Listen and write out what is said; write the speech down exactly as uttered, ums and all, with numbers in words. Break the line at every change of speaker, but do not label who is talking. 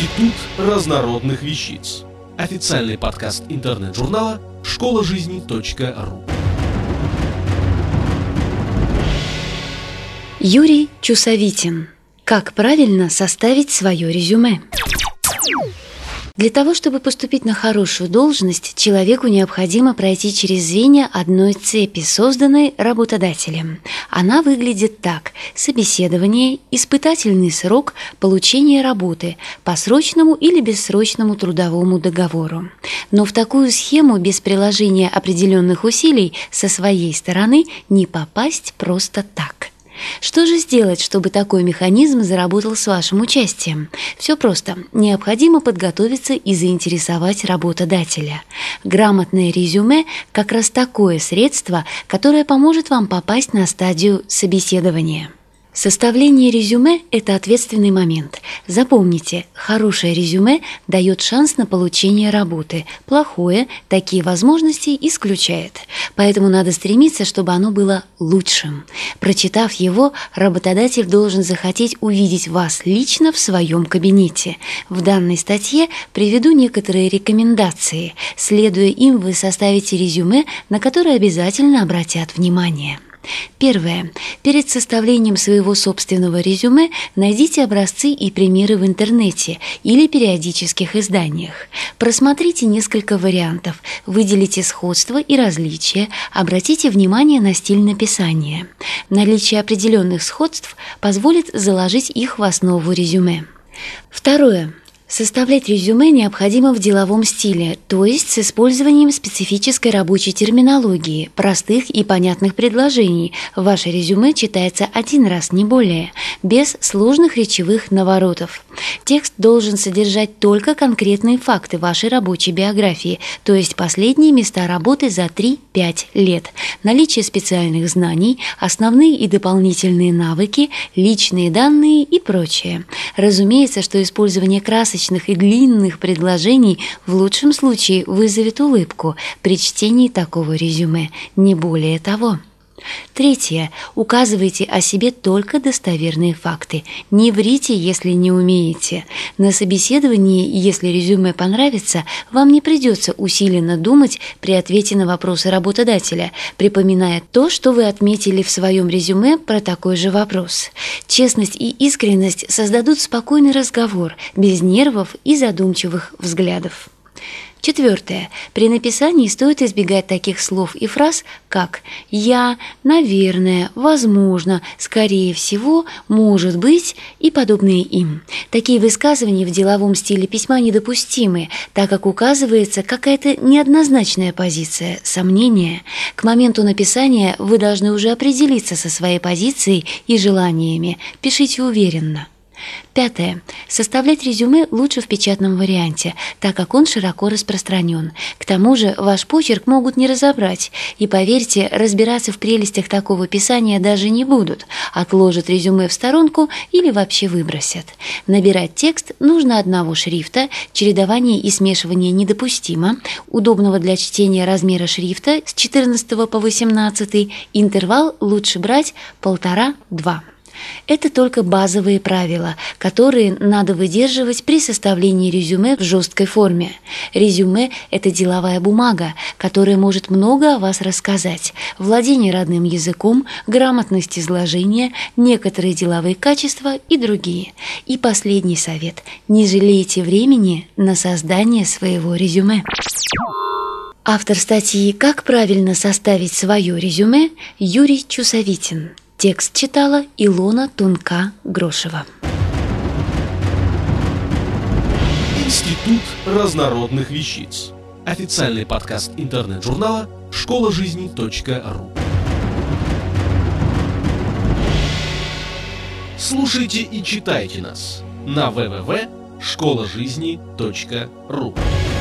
Институт разнородных вещиц. Официальный подкаст интернет-журнала школа жизни точка ру.
Юрий Чусовитин. Как правильно составить свое резюме? Для того, чтобы поступить на хорошую должность, человеку необходимо пройти через звенья одной цепи, созданной работодателем. Она выглядит так: собеседование, испытательный срок, получение работы по срочному или бессрочному трудовому договору. Но в такую схему без приложения определенных усилий со своей стороны не попасть просто так. Что же сделать, чтобы такой механизм заработал с вашим участием? Все просто. Необходимо подготовиться и заинтересовать работодателя. Грамотное резюме – как раз такое средство, которое поможет вам попасть на стадию собеседования. Составление резюме – это ответственный момент. Запомните, хорошее резюме дает шанс на получение работы, плохое такие возможности исключает. Поэтому надо стремиться, чтобы оно было лучшим. Прочитав его, работодатель должен захотеть увидеть вас лично в своем кабинете. В данной статье приведу некоторые рекомендации. Следуя им, вы составите резюме, на которое обязательно обратят внимание. Первое. Перед составлением своего собственного резюме найдите образцы и примеры в интернете или периодических изданиях. Просмотрите несколько вариантов, выделите сходства и различия, обратите внимание на стиль написания. Наличие определенных сходств позволит заложить их в основу резюме. Второе. Составлять резюме необходимо в деловом стиле, то есть с использованием специфической рабочей терминологии, простых и понятных предложений. Ваше резюме читается один раз, не более, без сложных речевых наворотов. Текст должен содержать только конкретные факты вашей рабочей биографии, то есть последние места работы за три-пять лет, наличие специальных знаний, основные и дополнительные навыки, личные данные и прочее. Разумеется, что использование красочных и длинных предложений в лучшем случае вызовет улыбку при чтении такого резюме, не более того. Третье. Указывайте о себе только достоверные факты. Не врите, если не умеете. На собеседовании, если резюме понравится, вам не придется усиленно думать при ответе на вопросы работодателя, припоминая то, что вы отметили в своем резюме про такой же вопрос. Честность и искренность создадут спокойный разговор, без нервов и задумчивых взглядов. Четвертое. При написании стоит избегать таких слов и фраз, как «я», «наверное», «возможно», «скорее всего», «может быть» и подобные им. Такие высказывания в деловом стиле письма недопустимы, так как указывается какая-то неоднозначная позиция, сомнение. К моменту написания вы должны уже определиться со своей позицией и желаниями. Пишите уверенно. Пятое. Составлять резюме лучше в печатном варианте, так как он широко распространен. К тому же ваш почерк могут не разобрать, и, поверьте, разбираться в прелестях такого писания даже не будут, отложат резюме в сторонку или вообще выбросят. Набирать текст нужно одного шрифта, чередование и смешивание недопустимо, удобного для чтения размера шрифта с четырнадцатого по восемнадцатый, интервал лучше брать полтора-два. Это только базовые правила, которые надо выдерживать при составлении резюме в жесткой форме. Резюме – это деловая бумага, которая может много о вас рассказать. Владение родным языком, грамотность изложения, некоторые деловые качества и другие. И последний совет – не жалейте времени на создание своего резюме. Автор статьи «Как правильно составить свое резюме» Юрий Чусовитин. Текст читала Илона Тунка-Грошева.
Институт разнородных вещиц. Официальный подкаст интернет-журнала школа жизни точка ру. Слушайте и читайте нас на дабл ю дабл ю дабл ю точка школа жизни точка ру.